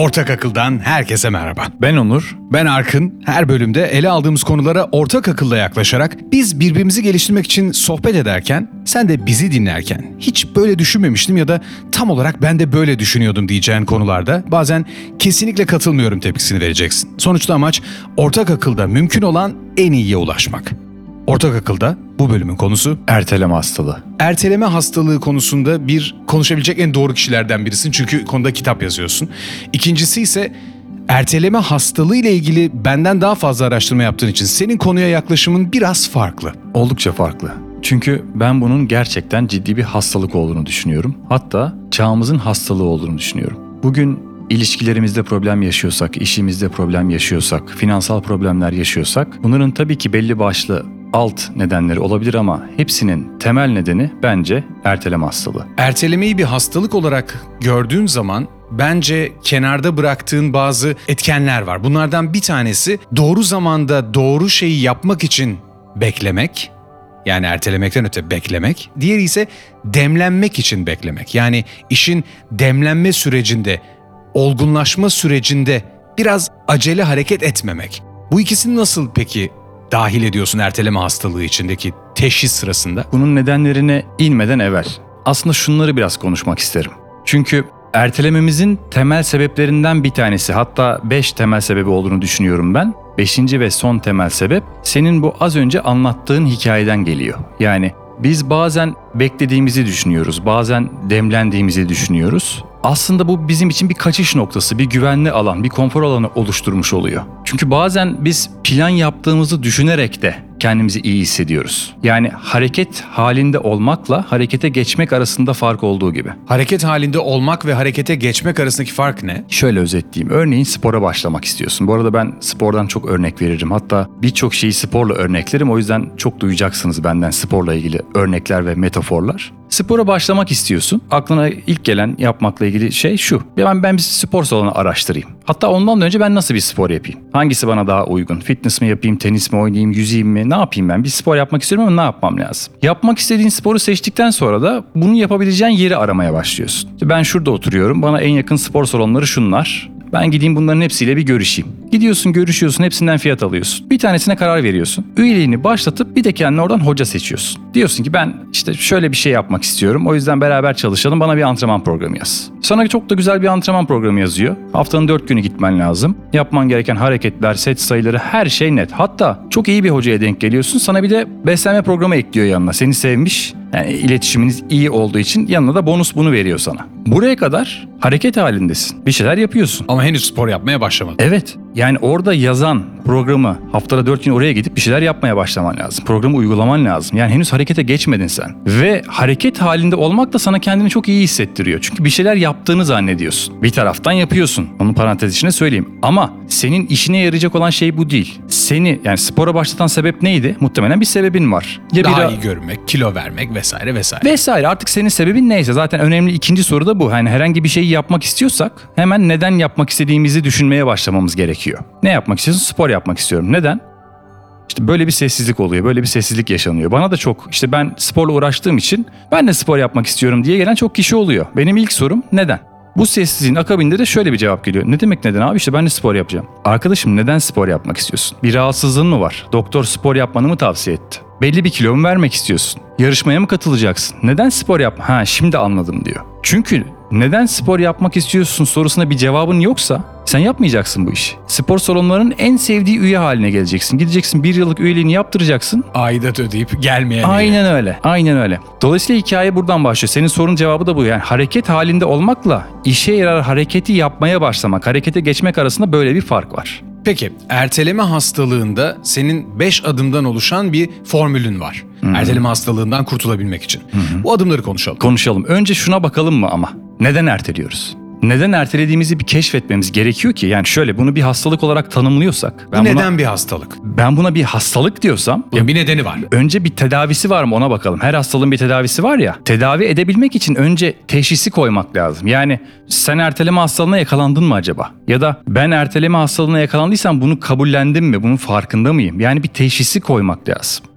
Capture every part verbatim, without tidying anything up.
Ortak Akıl'dan herkese merhaba. Ben Onur. Ben Arkın. Her bölümde ele aldığımız konulara ortak akılla yaklaşarak biz birbirimizi geliştirmek için sohbet ederken sen de bizi dinlerken hiç böyle düşünmemiştim ya da tam olarak ben de böyle düşünüyordum diyeceğin konularda bazen kesinlikle katılmıyorum tepkisini vereceksin. Sonuçta amaç ortak akılda mümkün olan en iyiye ulaşmak. Ortak Akıl'da bu bölümün konusu Erteleme hastalığı. erteleme hastalığı konusunda bir konuşabilecek en doğru kişilerden birisin çünkü konuda kitap yazıyorsun. İkincisi ise erteleme hastalığı ile ilgili benden daha fazla araştırma yaptığın için senin konuya yaklaşımın biraz farklı. Oldukça farklı. Çünkü ben bunun gerçekten ciddi bir hastalık olduğunu düşünüyorum. Hatta çağımızın hastalığı olduğunu düşünüyorum. Bugün ilişkilerimizde problem yaşıyorsak, işimizde problem yaşıyorsak, finansal problemler yaşıyorsak bunların tabii ki belli başlı alt nedenleri olabilir ama hepsinin temel nedeni bence erteleme hastalığı. Ertelemeyi bir hastalık olarak gördüğün zaman bence kenarda bıraktığın bazı etkenler var. Bunlardan bir tanesi doğru zamanda doğru şeyi yapmak için beklemek. Yani ertelemekten öte beklemek. Diğeri ise demlenmek için beklemek. Yani işin demlenme sürecinde, olgunlaşma sürecinde biraz acele hareket etmemek. Bu ikisini nasıl peki dahil ediyorsun erteleme hastalığı içindeki teşhis sırasında? Bunun nedenlerine inmeden evvel aslında şunları biraz konuşmak isterim. Çünkü ertelememizin temel sebeplerinden bir tanesi, hatta beş temel sebebi olduğunu düşünüyorum ben. Beşinci ve son temel sebep senin bu az önce anlattığın hikayeden geliyor. Yani biz bazen beklediğimizi düşünüyoruz, bazen demlendiğimizi düşünüyoruz. Aslında bu bizim için bir kaçış noktası, bir güvenli alan, bir konfor alanı oluşturmuş oluyor. Çünkü bazen biz plan yaptığımızı düşünerek de kendimizi iyi hissediyoruz. Yani hareket halinde olmakla harekete geçmek arasında fark olduğu gibi. Hareket halinde olmak ve harekete geçmek arasındaki fark ne? Şöyle özetleyeyim. Örneğin spora başlamak istiyorsun. Bu arada ben spordan çok örnek veririm. Hatta birçok şeyi sporla örneklerim. O yüzden çok duyacaksınız benden sporla ilgili örnekler ve metaforlar. Spora başlamak istiyorsun. Aklına ilk gelen yapmakla ilgili şey şu. Ben, ben bir spor salonu araştırayım. Hatta ondan önce ben nasıl bir spor yapayım? Hangisi bana daha uygun? Fitness mi yapayım, tenis mi oynayayım, yüzeyim mi? Ne yapayım ben? Bir spor yapmak istiyorum ama ne yapmam lazım? Yapmak istediğin sporu seçtikten sonra da bunu yapabileceğin yeri aramaya başlıyorsun. İşte ben şurada oturuyorum. Bana en yakın spor salonları şunlar. Ben gideyim bunların hepsiyle bir görüşeyim. Gidiyorsun, görüşüyorsun, hepsinden fiyat alıyorsun. Bir tanesine karar veriyorsun. Üyeliğini başlatıp bir de kendine oradan hoca seçiyorsun. Diyorsun ki ben işte şöyle bir şey yapmak istiyorum. O yüzden beraber çalışalım. Bana bir antrenman programı yaz. Sana çok da güzel bir antrenman programı yazıyor. Haftanın dört günü gitmen lazım. Yapman gereken hareketler, set sayıları, her şey net. Hatta çok iyi bir hocaya denk geliyorsun. Sana bir de beslenme programı ekliyor yanına. Seni sevmiş. Yani iletişiminiz iyi olduğu için yanına da bonus bunu veriyor sana. Buraya kadar hareket halindesin. Bir şeyler yapıyorsun. Ama henüz spor yapmaya başlamadın. Evet. Yani orada yazan programı haftada dört gün oraya gidip bir şeyler yapmaya başlaman lazım. Programı uygulaman lazım. Yani henüz harekete geçmedin sen. Ve hareket halinde olmak da sana kendini çok iyi hissettiriyor. Çünkü bir şeyler yaptığını zannediyorsun. Bir taraftan yapıyorsun. Onu parantez içine söyleyeyim. Ama senin işine yarayacak olan şey bu değil. Seni yani spora başlatan sebep neydi? Muhtemelen bir sebebin var. Ya Daha bir iyi görmek, kilo vermek vesaire vesaire. Vesaire. Artık senin sebebin neyse. Zaten önemli ikinci soru da bu. Yani herhangi bir şeyi yapmak istiyorsak hemen neden yapmak istediğimizi düşünmeye başlamamız gerekiyor. Ne yapmak istiyorsun? Spor yapmak istiyorum. Neden? İşte böyle bir sessizlik oluyor. Böyle bir sessizlik yaşanıyor. Bana da çok işte ben sporla uğraştığım için ben de spor yapmak istiyorum diye gelen çok kişi oluyor. Benim ilk sorum neden? Bu sessizliğin akabinde de şöyle bir cevap geliyor. Ne demek neden abi? İşte ben de spor yapacağım. Arkadaşım neden spor yapmak istiyorsun? Bir rahatsızlığın mı var? Doktor spor yapmanı mı tavsiye etti? Belli bir kilo mu vermek istiyorsun? Yarışmaya mı katılacaksın? Neden spor yap? Ha şimdi anladım diyor. Çünkü neden spor yapmak istiyorsun sorusuna bir cevabın yoksa sen yapmayacaksın bu işi. Spor salonlarının en sevdiği üye haline geleceksin. Gideceksin bir yıllık üyeliğini yaptıracaksın. Aidat ödeyip gelmeyen. Aynen öyle. Aynen öyle. Dolayısıyla hikaye buradan başlıyor. Senin sorunun cevabı da bu. Yani hareket halinde olmakla işe yarar hareketi yapmaya başlamak, harekete geçmek arasında böyle bir fark var. Peki erteleme hastalığında senin beş adımdan oluşan bir formülün var. Hı-hı. Erteleme hastalığından kurtulabilmek için. Hı-hı. Bu adımları konuşalım. Konuşalım. Önce şuna bakalım mı ama? Neden erteliyoruz? Neden ertelediğimizi bir keşfetmemiz gerekiyor ki? Yani şöyle bunu bir hastalık olarak tanımlıyorsak. Ben Bu neden buna, bir hastalık? Ben buna bir hastalık diyorsam. Bunun bir nedeni var. Önce bir tedavisi var mı ona bakalım. Her hastalığın bir tedavisi var ya. Tedavi edebilmek için önce teşhisi koymak lazım. Yani sen erteleme hastalığına yakalandın mı acaba? Ya da ben erteleme hastalığına yakalandıysam bunu kabullendim mi? Bunun farkında mıyım? Yani bir teşhisi koymak lazım.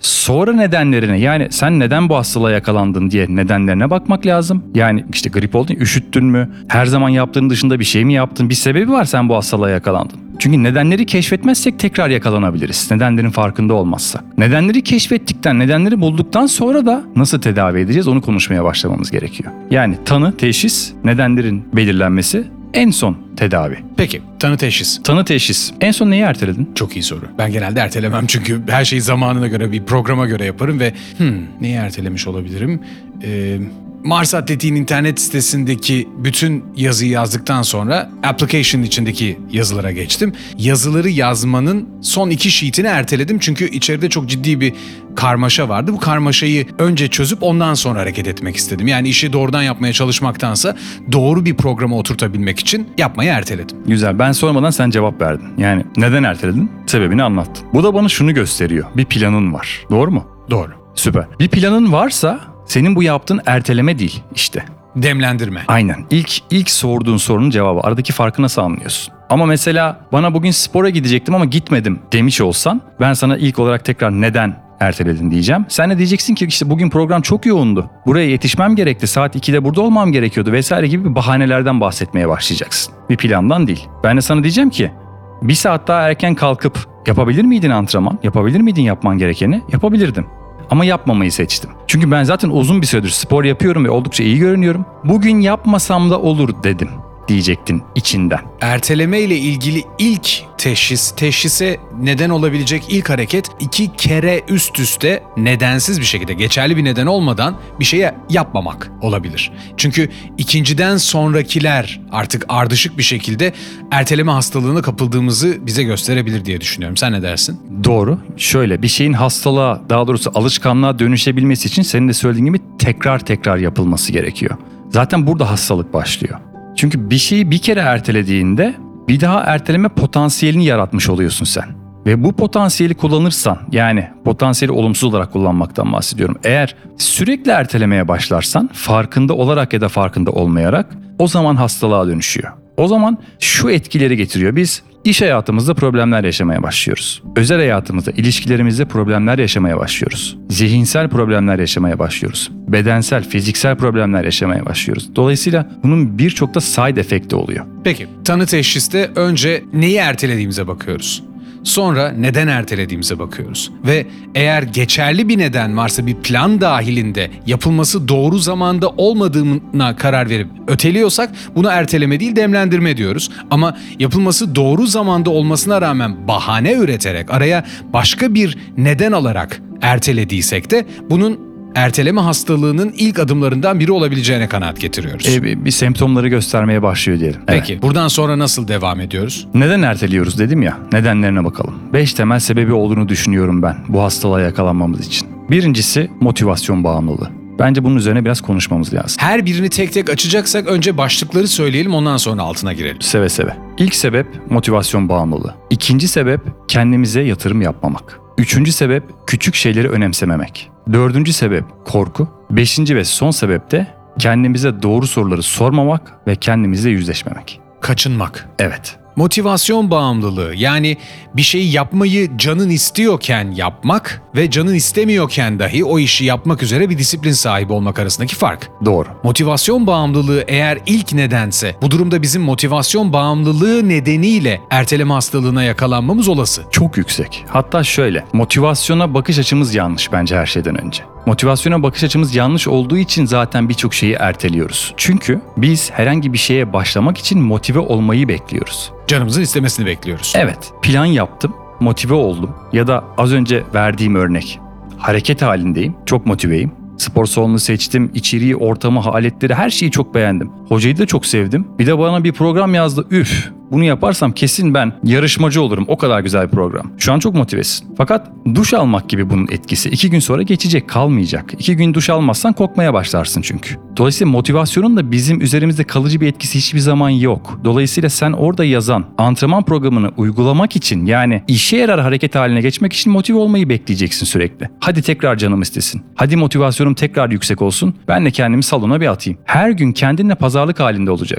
Sonra nedenlerine, yani sen neden bu hastalığa yakalandın diye nedenlerine bakmak lazım. Yani işte grip oldun, üşüttün mü? Her zaman yaptığın dışında bir şey mi yaptın? Bir sebebi var sen bu hastalığa yakalandın. Çünkü nedenleri keşfetmezsek tekrar yakalanabiliriz. Nedenlerin farkında olmazsak. Nedenleri keşfettikten, nedenleri bulduktan sonra da nasıl tedavi edeceğiz onu konuşmaya başlamamız gerekiyor. Yani tanı, teşhis, nedenlerin belirlenmesi, en son tedavi. Peki, tanı teşhis. Tanı teşhis. En son neyi erteledin? Çok iyi soru. Ben genelde ertelemem çünkü her şeyi zamanına göre, bir programa göre yaparım ve hmm, neyi ertelemiş olabilirim? Ee, Mars Atletik'in internet sitesindeki bütün yazıyı yazdıktan sonra application içindeki yazılara geçtim. Yazıları yazmanın son iki sheet'ini erteledim çünkü içeride çok ciddi bir karmaşa vardı. Bu karmaşayı önce çözüp ondan sonra hareket etmek istedim. Yani işi doğrudan yapmaya çalışmaktansa doğru bir programa oturtabilmek için yapmayı erteledim. Güzel. Ben sormadan sen cevap verdin. Yani neden erteledin? Sebebini anlattın. Bu da bana şunu gösteriyor. Bir planın var. Doğru mu? Doğru. Süper. Bir planın varsa senin bu yaptığın erteleme değil işte. Demlendirme. Aynen. İlk ilk sorduğun sorunun cevabı. Aradaki farkı nasıl anlıyorsun? Ama mesela bana bugün spora gidecektim ama gitmedim demiş olsan ben sana ilk olarak tekrar neden erteledin diyeceğim. Sen de diyeceksin ki işte bugün program çok yoğundu. Buraya yetişmem gerekti. Saat ikide burada olmam gerekiyordu vesaire gibi bahanelerden bahsetmeye başlayacaksın. Bir plandan değil. Ben de sana diyeceğim ki bir saat daha erken kalkıp yapabilir miydin antrenman? Yapabilir miydin yapman gerekeni? Yapabilirdim. Ama yapmamayı seçtim. Çünkü ben zaten uzun bir süredir spor yapıyorum ve oldukça iyi görünüyorum. Bugün yapmasam da olur dedim diyecektin içinden. Erteleme ile ilgili ilk teşhis, teşhise neden olabilecek ilk hareket iki kere üst üste nedensiz bir şekilde, geçerli bir neden olmadan bir şeye yapmamak olabilir. Çünkü ikinciden sonrakiler artık ardışık bir şekilde erteleme hastalığına kapıldığımızı bize gösterebilir diye düşünüyorum. Sen ne dersin? Doğru. Şöyle bir şeyin hastalığa, daha doğrusu alışkanlığa dönüşebilmesi için senin de söylediğin gibi tekrar tekrar yapılması gerekiyor. Zaten burada hastalık başlıyor. Çünkü bir şeyi bir kere ertelediğinde bir daha erteleme potansiyelini yaratmış oluyorsun sen. Ve bu potansiyeli kullanırsan, yani potansiyeli olumsuz olarak kullanmaktan bahsediyorum. Eğer sürekli ertelemeye başlarsan, farkında olarak ya da farkında olmayarak, o zaman hastalığa dönüşüyor. O zaman şu etkileri getiriyor. Biz iş hayatımızda problemler yaşamaya başlıyoruz. Özel hayatımızda, ilişkilerimizde problemler yaşamaya başlıyoruz. Zihinsel problemler yaşamaya başlıyoruz. Bedensel, fiziksel problemler yaşamaya başlıyoruz. Dolayısıyla bunun birçok da side efekti oluyor. Peki, tanı teşhiste önce neyi ertelediğimize bakıyoruz. Sonra neden ertelediğimize bakıyoruz. Ve eğer geçerli bir neden varsa, bir plan dahilinde yapılması doğru zamanda olmadığına karar verip öteliyorsak buna erteleme değil demlendirme diyoruz. Ama yapılması doğru zamanda olmasına rağmen bahane üreterek, araya başka bir neden alarak ertelediysek de bunun erteleme hastalığının ilk adımlarından biri olabileceğine kanaat getiriyoruz. E, bir, bir semptomları göstermeye başlıyor diyelim. Peki, Evet. buradan sonra nasıl devam ediyoruz? Neden erteliyoruz dedim ya, nedenlerine bakalım. Beş temel sebebi olduğunu düşünüyorum ben bu hastalığa yakalanmamız için. Birincisi motivasyon bağımlılığı. Bence bunun üzerine biraz konuşmamız lazım. Her birini tek tek açacaksak önce başlıkları söyleyelim, ondan sonra altına girelim. Seve seve. İlk sebep motivasyon bağımlılığı. İkinci sebep kendimize yatırım yapmamak. Üçüncü sebep küçük şeyleri önemsememek. Dördüncü sebep korku. Beşinci ve son sebep de kendimize doğru soruları sormamak ve kendimizle yüzleşmemek. Kaçınmak. Evet. Motivasyon bağımlılığı, yani bir şeyi yapmayı canın istiyorken yapmak ve canın istemiyorken dahi o işi yapmak üzere bir disiplin sahibi olmak arasındaki fark. Doğru. Motivasyon bağımlılığı eğer ilk nedense, bu durumda bizim motivasyon bağımlılığı nedeniyle erteleme hastalığına yakalanmamız olası. Çok yüksek. Hatta şöyle, motivasyona bakış açımız yanlış bence her şeyden önce. Motivasyona bakış açımız yanlış olduğu için zaten birçok şeyi erteliyoruz. Çünkü biz herhangi bir şeye başlamak için motive olmayı bekliyoruz. Canımızın istemesini bekliyoruz. Evet, plan yaptım, motive oldum ya da az önce verdiğim örnek, hareket halindeyim, çok motiveyim. Spor salonunu seçtim, içeriği, ortamı, aletleri, her şeyi çok beğendim. Hocayı da çok sevdim. Bir de bana bir program yazdı, üf. Bunu yaparsam kesin ben yarışmacı olurum. O kadar güzel bir program. Şu an çok motivesin. Fakat duş almak gibi bunun etkisi iki gün sonra geçecek, kalmayacak. İki gün duş almazsan kokmaya başlarsın çünkü. Dolayısıyla motivasyonun da bizim üzerimizde kalıcı bir etkisi hiçbir zaman yok. Dolayısıyla sen orada yazan antrenman programını uygulamak için, yani işe yarar hareket haline geçmek için motive olmayı bekleyeceksin sürekli. Hadi tekrar canım istesin. Hadi motivasyonum tekrar yüksek olsun. Ben de kendimi salona bir atayım. Her gün kendinle pazarlık halinde olacaksın.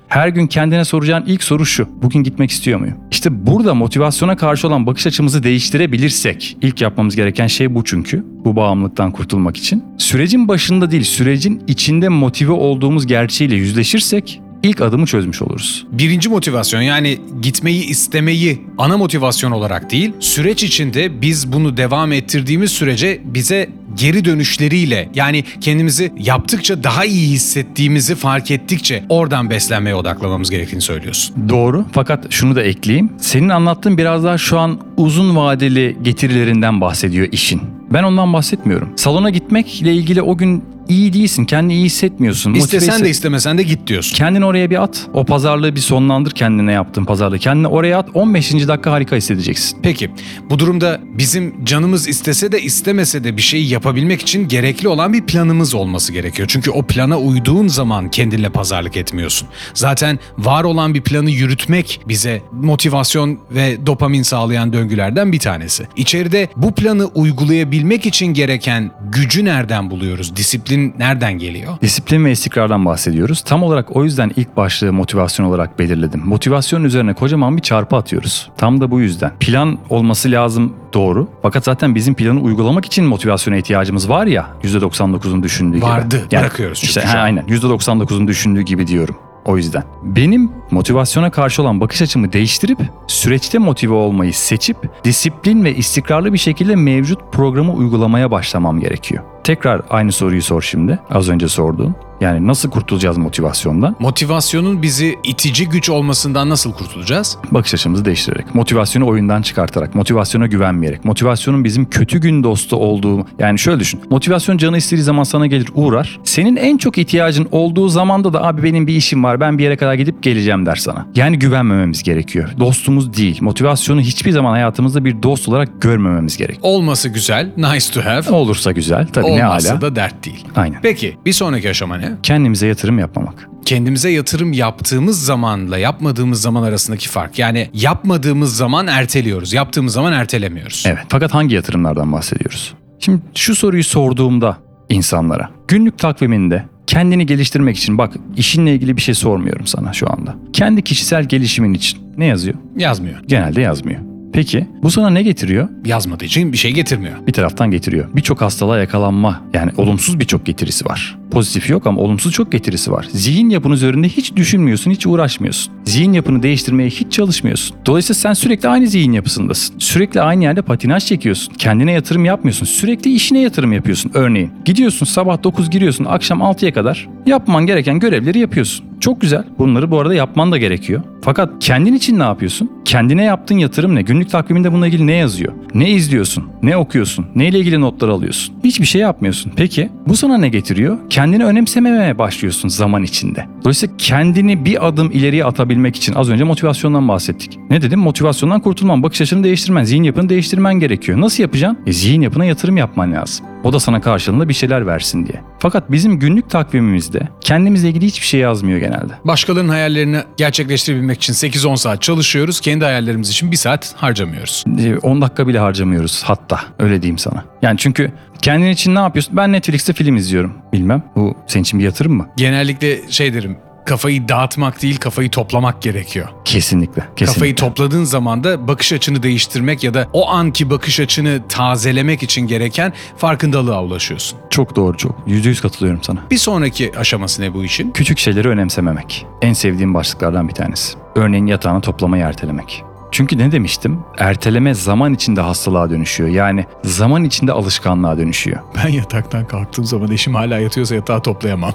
Her gün kendine soracağın ilk soru şu: bugün gitmek istiyor muyum? İşte burada motivasyona karşı olan bakış açımızı değiştirebilirsek, ilk yapmamız gereken şey bu çünkü. Bu bağımlılıktan kurtulmak için. Sürecin başında değil, sürecin içinde motive olduğumuz gerçeğiyle yüzleşirsek ilk adımı çözmüş oluruz. Birinci motivasyon, yani gitmeyi istemeyi ana motivasyon olarak değil, süreç içinde biz bunu devam ettirdiğimiz sürece bize geri dönüşleriyle, yani kendimizi yaptıkça daha iyi hissettiğimizi fark ettikçe oradan beslenmeye odaklamamız gerektiğini söylüyorsun. Doğru, fakat şunu da ekleyeyim. Senin anlattığın biraz daha şu an uzun vadeli getirilerinden bahsediyor işin. Ben ondan bahsetmiyorum. Salona gitmekle ilgili o gün iyi değilsin, kendini iyi hissetmiyorsun. İstesen de istemesen de git diyorsun. Kendini oraya bir at. O pazarlığı bir sonlandır, kendine yaptığın pazarlığı. Kendini oraya at, on beşinci dakika harika hissedeceksin. Peki bu durumda bizim canımız istese de istemese de bir şeyi yapabilmek için gerekli olan bir planımız olması gerekiyor. Çünkü o plana uyduğun zaman kendinle pazarlık etmiyorsun. Zaten var olan bir planı yürütmek bize motivasyon ve dopamin sağlayan döngülerden bir tanesi. İçeride bu planı uygulayabilmek için gereken gücü nereden buluyoruz? Disiplin nereden geliyor? Disiplin ve istikrardan bahsediyoruz. Tam olarak o yüzden ilk başlığı motivasyon olarak belirledim. Motivasyonun üzerine kocaman bir çarpı atıyoruz. Tam da bu yüzden. Plan olması lazım, doğru. Fakat zaten bizim planı uygulamak için motivasyona ihtiyacımız var ya, yüzde doksan dokuzun düşündüğü gibi. Vardı, Yani bırakıyoruz çünkü işte, şu ha, an. aynen yüzde doksan dokuzun düşündüğü gibi diyorum. O yüzden. Benim motivasyona karşı olan bakış açımı değiştirip süreçte motive olmayı seçip disiplin ve istikrarlı bir şekilde mevcut programı uygulamaya başlamam gerekiyor. Tekrar aynı soruyu sor şimdi. Az önce sorduğun. Yani nasıl kurtulacağız motivasyondan? Motivasyonun bizi itici güç olmasından nasıl kurtulacağız? Bakış açımızı değiştirerek, motivasyonu oyundan çıkartarak, motivasyona güvenmeyerek, motivasyonun bizim kötü gün dostu olduğu, yani şöyle düşün. Motivasyon canı istediği zaman sana gelir, uğrar. Senin en çok ihtiyacın olduğu zamanda da abi benim bir işim var, ben bir yere kadar gidip geleceğim der sana. Yani güvenmememiz gerekiyor. Dostumuz değil. Motivasyonu hiçbir zaman hayatımızda bir dost olarak görmememiz gerekiyor. Olması güzel, nice to have. Olursa güzel, tabii ne Olmazsa hala. da dert değil. Aynen. Peki bir sonraki aşama ne? Kendimize yatırım yapmamak. Kendimize yatırım yaptığımız zamanla yapmadığımız zaman arasındaki fark. Yani yapmadığımız zaman erteliyoruz, yaptığımız zaman ertelemiyoruz. Evet. Fakat hangi yatırımlardan bahsediyoruz? Şimdi şu soruyu sorduğumda insanlara, günlük takviminde kendini geliştirmek için, bak işinle ilgili bir şey sormuyorum sana şu anda. Kendi kişisel gelişimin için ne yazıyor? Yazmıyor. Genelde yazmıyor. Peki bu sana ne getiriyor? Yazmadığı için bir şey getirmiyor. Bir taraftan getiriyor. Birçok hastalığa yakalanma, yani olumsuz birçok getirisi var. Pozitif yok ama olumsuz çok getirisi var. Zihin yapın üzerinde hiç düşünmüyorsun, hiç uğraşmıyorsun. Zihin yapını değiştirmeye hiç çalışmıyorsun. Dolayısıyla sen sürekli aynı zihin yapısındasın. Sürekli aynı yerde patinaj çekiyorsun. Kendine yatırım yapmıyorsun. Sürekli işine yatırım yapıyorsun. Örneğin gidiyorsun sabah dokuz giriyorsun, akşam altıya kadar yapman gereken görevleri yapıyorsun. Çok güzel. Bunları bu arada yapman da gerekiyor. Fakat kendin için ne yapıyorsun? Kendine yaptığın yatırım ne? Günlük takviminde bununla ilgili ne yazıyor? Ne izliyorsun? Ne okuyorsun? Neyle ilgili notlar alıyorsun? Hiçbir şey yapmıyorsun. Peki bu sana ne getiriyor? Kendini önemsememeye başlıyorsun zaman içinde. Dolayısıyla kendini bir adım ileriye atabilmek için az önce motivasyondan bahsettik. Ne dedim? Motivasyondan kurtulman, bakış açını değiştirmen, zihin yapını değiştirmen gerekiyor. Nasıl yapacaksın? E, zihin yapına yatırım yapman lazım. O da sana karşılığında bir şeyler versin diye. Fakat bizim günlük takvimimizde kendimizle ilgili hiçbir şey yazmıyor genelde. Başkalarının hayallerini gerçekleştirebilmek için sekiz on saat çalışıyoruz. Kendi hayallerimiz için bir saat harcamıyoruz. on dakika bile harcamıyoruz hatta. Öyle diyeyim sana. Yani çünkü kendin için ne yapıyorsun? Ben Netflix'te film izliyorum. Bilmem. Bu senin için bir yatırım mı? Genellikle şey derim, kafayı dağıtmak değil kafayı toplamak gerekiyor. Kesinlikle. Kesinlikle. Kafayı topladığın zaman da bakış açını değiştirmek ya da o anki bakış açını tazelemek için gereken farkındalığa ulaşıyorsun. Çok doğru, çok. Yüzde yüz katılıyorum sana. Bir sonraki aşaması ne bu işin? Küçük şeyleri önemsememek. En sevdiğim başlıklardan bir tanesi. Örneğin yatağını toplamayı ertelemek. Çünkü ne demiştim? Erteleme zaman içinde hastalığa dönüşüyor. Yani zaman içinde alışkanlığa dönüşüyor. Ben yataktan kalktığım zaman eşim hala yatıyorsa yatağı toplayamam.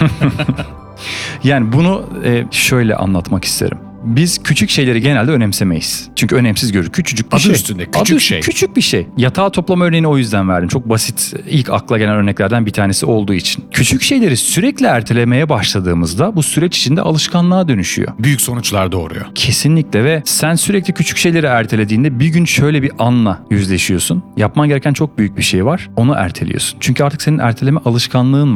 Yani bunu e, şöyle anlatmak isterim. Biz küçük şeyleri genelde önemsemeyiz. Çünkü önemsiz görür. Küçücük bir Adı şey. üstünde, küçük Adı üstünde, şey. Küçük bir şey. Yatağı toplama örneğini o yüzden verdim. Çok basit, ilk akla gelen örneklerden bir tanesi olduğu için. Küçük şeyleri sürekli ertelemeye başladığımızda bu süreç içinde alışkanlığa dönüşüyor. Büyük sonuçlar doğuruyor. Kesinlikle ve sen sürekli küçük şeyleri ertelediğinde bir gün şöyle bir anla yüzleşiyorsun. Yapman gereken çok büyük bir şey var. Onu erteliyorsun. Çünkü artık senin erteleme alışkanlığın var.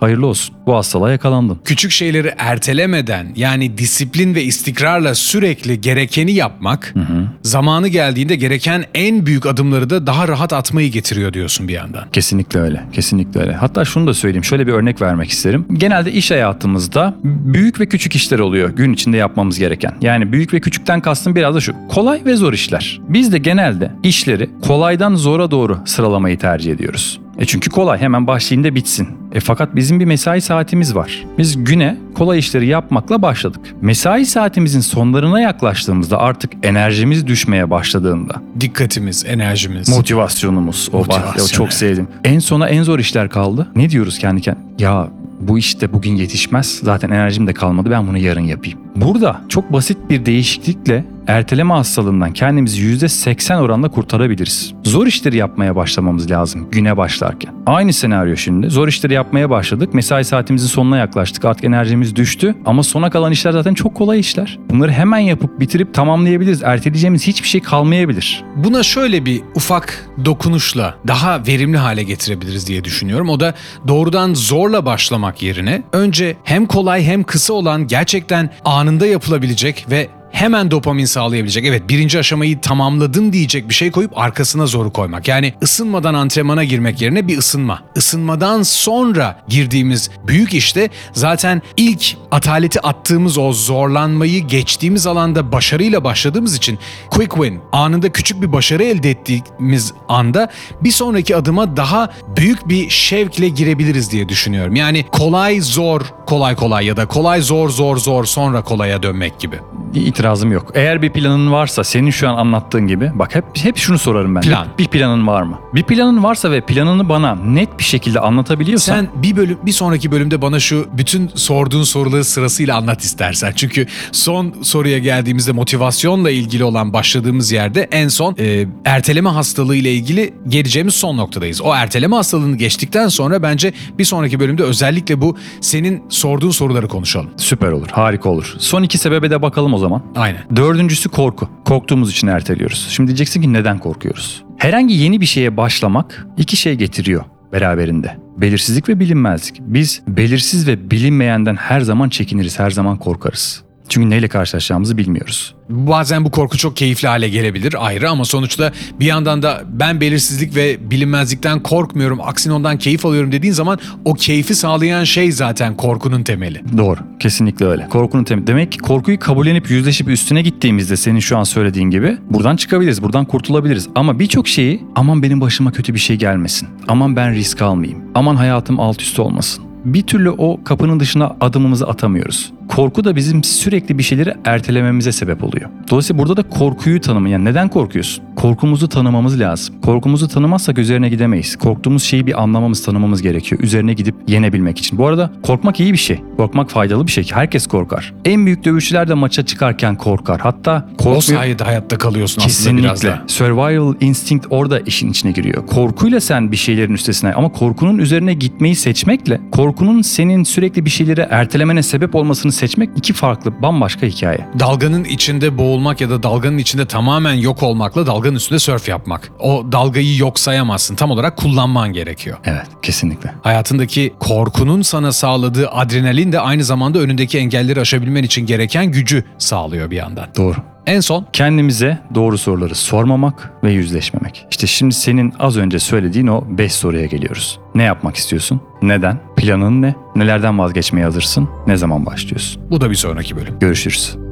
hayırlı olsun. Bu hastalığa yakalandın. Küçük şeyleri ertelemeden, yani disiplin ve istikrarla sürekli gerekeni yapmak, hı hı. zamanı geldiğinde gereken en büyük adımları da daha rahat atmayı getiriyor diyorsun bir yandan. Kesinlikle öyle. Kesinlikle öyle. Hatta şunu da söyleyeyim. Şöyle bir örnek vermek isterim. Genelde iş hayatımızda büyük ve küçük işler oluyor gün içinde yapmamız gereken. Yani büyük ve küçükten kastım biraz da şu. Kolay ve zor işler. Biz de genelde işleri kolaydan zora doğru sıralamayı tercih ediyoruz. E çünkü kolay, hemen başlayayım da bitsin. E fakat bizim bir mesai saatimiz var. Biz güne kolay işleri yapmakla başladık. Mesai saatimizin sonlarına yaklaştığımızda artık enerjimiz düşmeye başladığında. Dikkatimiz, enerjimiz. Motivasyonumuz. O, Motivasyon, o çok evet. sevdim. En sona en zor işler kaldı. Ne diyoruz kendi kendine? Ya bu işte bugün yetişmez. Zaten enerjim de kalmadı. Ben bunu yarın yapayım. Burada çok basit bir değişiklikle erteleme hastalığından kendimizi yüzde seksen oranla kurtarabiliriz. Zor işleri yapmaya başlamamız lazım güne başlarken. Aynı senaryo şimdi. Zor işleri yapmaya başladık. Mesai saatimizin sonuna yaklaştık. Artık enerjimiz düştü. Ama sona kalan işler zaten çok kolay işler. Bunları hemen yapıp bitirip tamamlayabiliriz. Erteleyeceğimiz hiçbir şey kalmayabilir. Buna şöyle bir ufak dokunuşla daha verimli hale getirebiliriz diye düşünüyorum. O da doğrudan zorla başlamak yerine önce hem kolay hem kısa olan, gerçekten anında yapılabilecek ve hemen dopamin sağlayabilecek, evet birinci aşamayı tamamladım diyecek bir şey koyup arkasına zoru koymak. Yani ısınmadan antrenmana girmek yerine bir ısınma. Isınmadan sonra girdiğimiz büyük işte zaten ilk ataleti attığımız, o zorlanmayı geçtiğimiz alanda başarıyla başladığımız için quick win, anında küçük bir başarı elde ettiğimiz anda bir sonraki adıma daha büyük bir şevkle girebiliriz diye düşünüyorum. Yani kolay zor, kolay kolay ya da kolay zor zor zor sonra kolaya dönmek gibi. İtirazım yok. Eğer bir planın varsa, senin şu an anlattığın gibi, bak hep hep şunu sorarım ben. Plan. Bir planın var mı? Bir planın varsa ve planını bana net bir şekilde anlatabiliyorsan. Sen bir bölüm bir sonraki bölümde bana şu bütün sorduğun soruları sırasıyla anlat istersen. Çünkü son soruya geldiğimizde motivasyonla ilgili olan başladığımız yerde en son e, erteleme hastalığı ile ilgili geleceğimiz son noktadayız. O erteleme hastalığını geçtikten sonra bence bir sonraki bölümde özellikle bu senin sorduğun soruları konuşalım. Süper olur, harika olur. Son iki sebebe de bakalım o zaman. Aynen. Dördüncüsü korku. Korktuğumuz için erteliyoruz. Şimdi diyeceksin ki neden korkuyoruz? Herhangi yeni bir şeye başlamak iki şey getiriyor beraberinde. Belirsizlik ve bilinmezlik. Biz belirsiz ve bilinmeyenden her zaman çekiniriz, her zaman korkarız. Çünkü neyle karşılaşacağımızı bilmiyoruz. Bazen bu korku çok keyifli hale gelebilir, ayrı, ama sonuçta bir yandan da ben belirsizlik ve bilinmezlikten korkmuyorum, aksine ondan keyif alıyorum dediğin zaman o keyfi sağlayan şey zaten korkunun temeli. Doğru, kesinlikle öyle. Korkunun temeli. Demek ki korkuyu kabullenip yüzleşip üstüne gittiğimizde senin şu an söylediğin gibi buradan çıkabiliriz, buradan kurtulabiliriz. Ama birçok şeyi aman benim başıma kötü bir şey gelmesin, aman ben risk almayayım, aman hayatım alt üst olmasın. Bir türlü o kapının dışına adımımızı atamıyoruz. Korku da bizim sürekli bir şeyleri ertelememize sebep oluyor. Dolayısıyla burada da korkuyu tanıma. Yani neden korkuyorsun? Korkumuzu tanımamız lazım. Korkumuzu tanımazsak üzerine gidemeyiz. Korktuğumuz şeyi bir anlamamız, tanımamız gerekiyor. Üzerine gidip yenebilmek için. Bu arada korkmak iyi bir şey. Korkmak faydalı bir şey. Herkes korkar. En büyük dövüşçüler de maça çıkarken korkar. Hatta korkmuyor. O sayede hayatta kalıyorsun Kesinlikle. aslında biraz da. Survival instinct orada işin içine giriyor. Korkuyla sen bir şeylerin üstesine, ama korkunun üzerine gitmeyi seçmekle korkunun senin sürekli bir şeyleri ertelemene sebep olmasını seçmek iki farklı, bambaşka hikaye. Dalganın içinde boğulmak ya da dalganın içinde tamamen yok olmakla dalganın üstünde sörf yapmak. O dalgayı yok sayamazsın. Tam olarak kullanman gerekiyor. Evet, kesinlikle. Hayatındaki korkunun sana sağladığı adrenalin de aynı zamanda önündeki engelleri aşabilmen için gereken gücü sağlıyor bir yandan. Doğru. En son Kendimize doğru soruları sormamak ve yüzleşmemek. İşte şimdi senin az önce söylediğin o beş soruya geliyoruz. Ne yapmak istiyorsun? Neden? Planın ne? Nelerden vazgeçmeye hazırsın? Ne zaman başlıyorsun? bu da bir sonraki bölüm. Görüşürüz.